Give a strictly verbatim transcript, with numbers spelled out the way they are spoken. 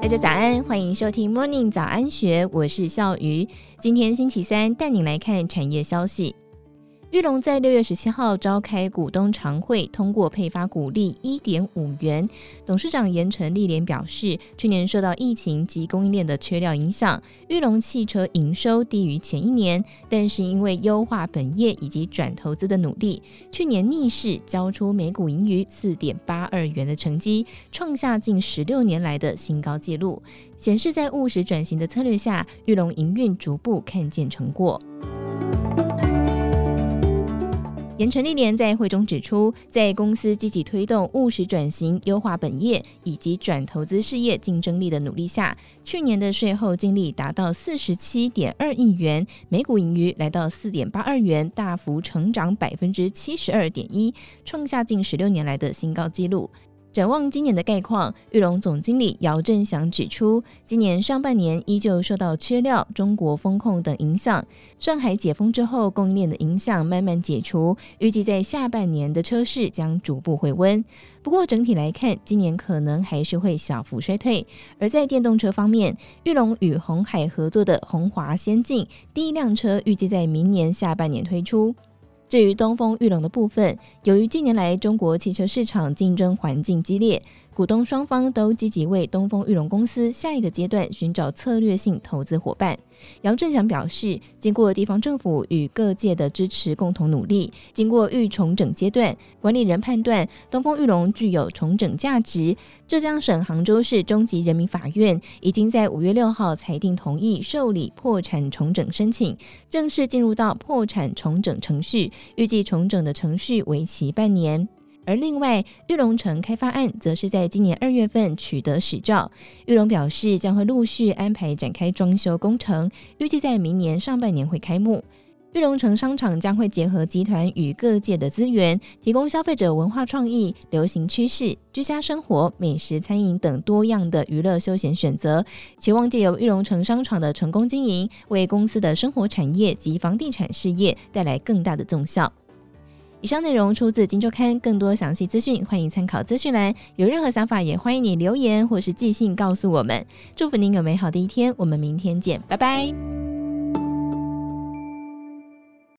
大家早安，欢迎收听 Morning 早安学，我是笑瑜。今天星期三，带您来看产业消息。裕隆在六月十七号召开股东常会，通过配发股利 一点五元。董事长严成立连表示，去年受到疫情及供应链的缺料影响，裕隆汽车营收低于前一年，但是因为优化本业以及转投资的努力，去年逆势交出每股盈余 四点八二元的成绩，创下近十六年来的新高纪录，显示在务实转型的策略下，裕隆营运逐步看见成果。严成立连在会中指出，在公司积极推动务实转型、优化本业以及转投资事业竞争力的努力下，去年的税后净利达到 四十七点二亿元，每股盈余来到 四点八二元，大幅成长 百分之七十二点一， 创下近十六年来的新高纪录。展望今年的概况，裕隆总经理姚振祥指出，今年上半年依旧受到缺料、中国封控等影响，上海解封之后，供应链的影响慢慢解除，预计在下半年的车市将逐步回温。不过整体来看，今年可能还是会小幅衰退。而在电动车方面，裕隆与鸿海合作的鸿华先进第一辆车预计在明年下半年推出。至于东风裕隆的部分，由于近年来中国汽车市场竞争环境激烈，股东双方都积极为东风裕隆公司下一个阶段寻找策略性投资伙伴。姚振祥表示，经过地方政府与各界的支持，共同努力，经过预重整阶段，管理人判断东风裕隆具有重整价值。浙江省杭州市中级人民法院已经在五月六号裁定同意受理破产重整申请，正式进入到破产重整程序，预计重整的程序为期半年。而另外，裕隆城开发案则是在今年二月份取得使照，裕隆表示将会陆续安排展开装修工程，预计在明年上半年会开幕。裕隆城商场将会结合集团与各界的资源，提供消费者文化创意、流行趋势、居家生活、美食餐饮等多样的娱乐休闲选择，期望借由裕隆城商场的成功经营，为公司的生活产业及房地产事业带来更大的纵效。以上内容出自《今周刊》，更多详细资讯欢迎参考资讯栏。有任何想法也欢迎你留言或是寄信告诉我们。祝福您有美好的一天，我们明天见，拜拜。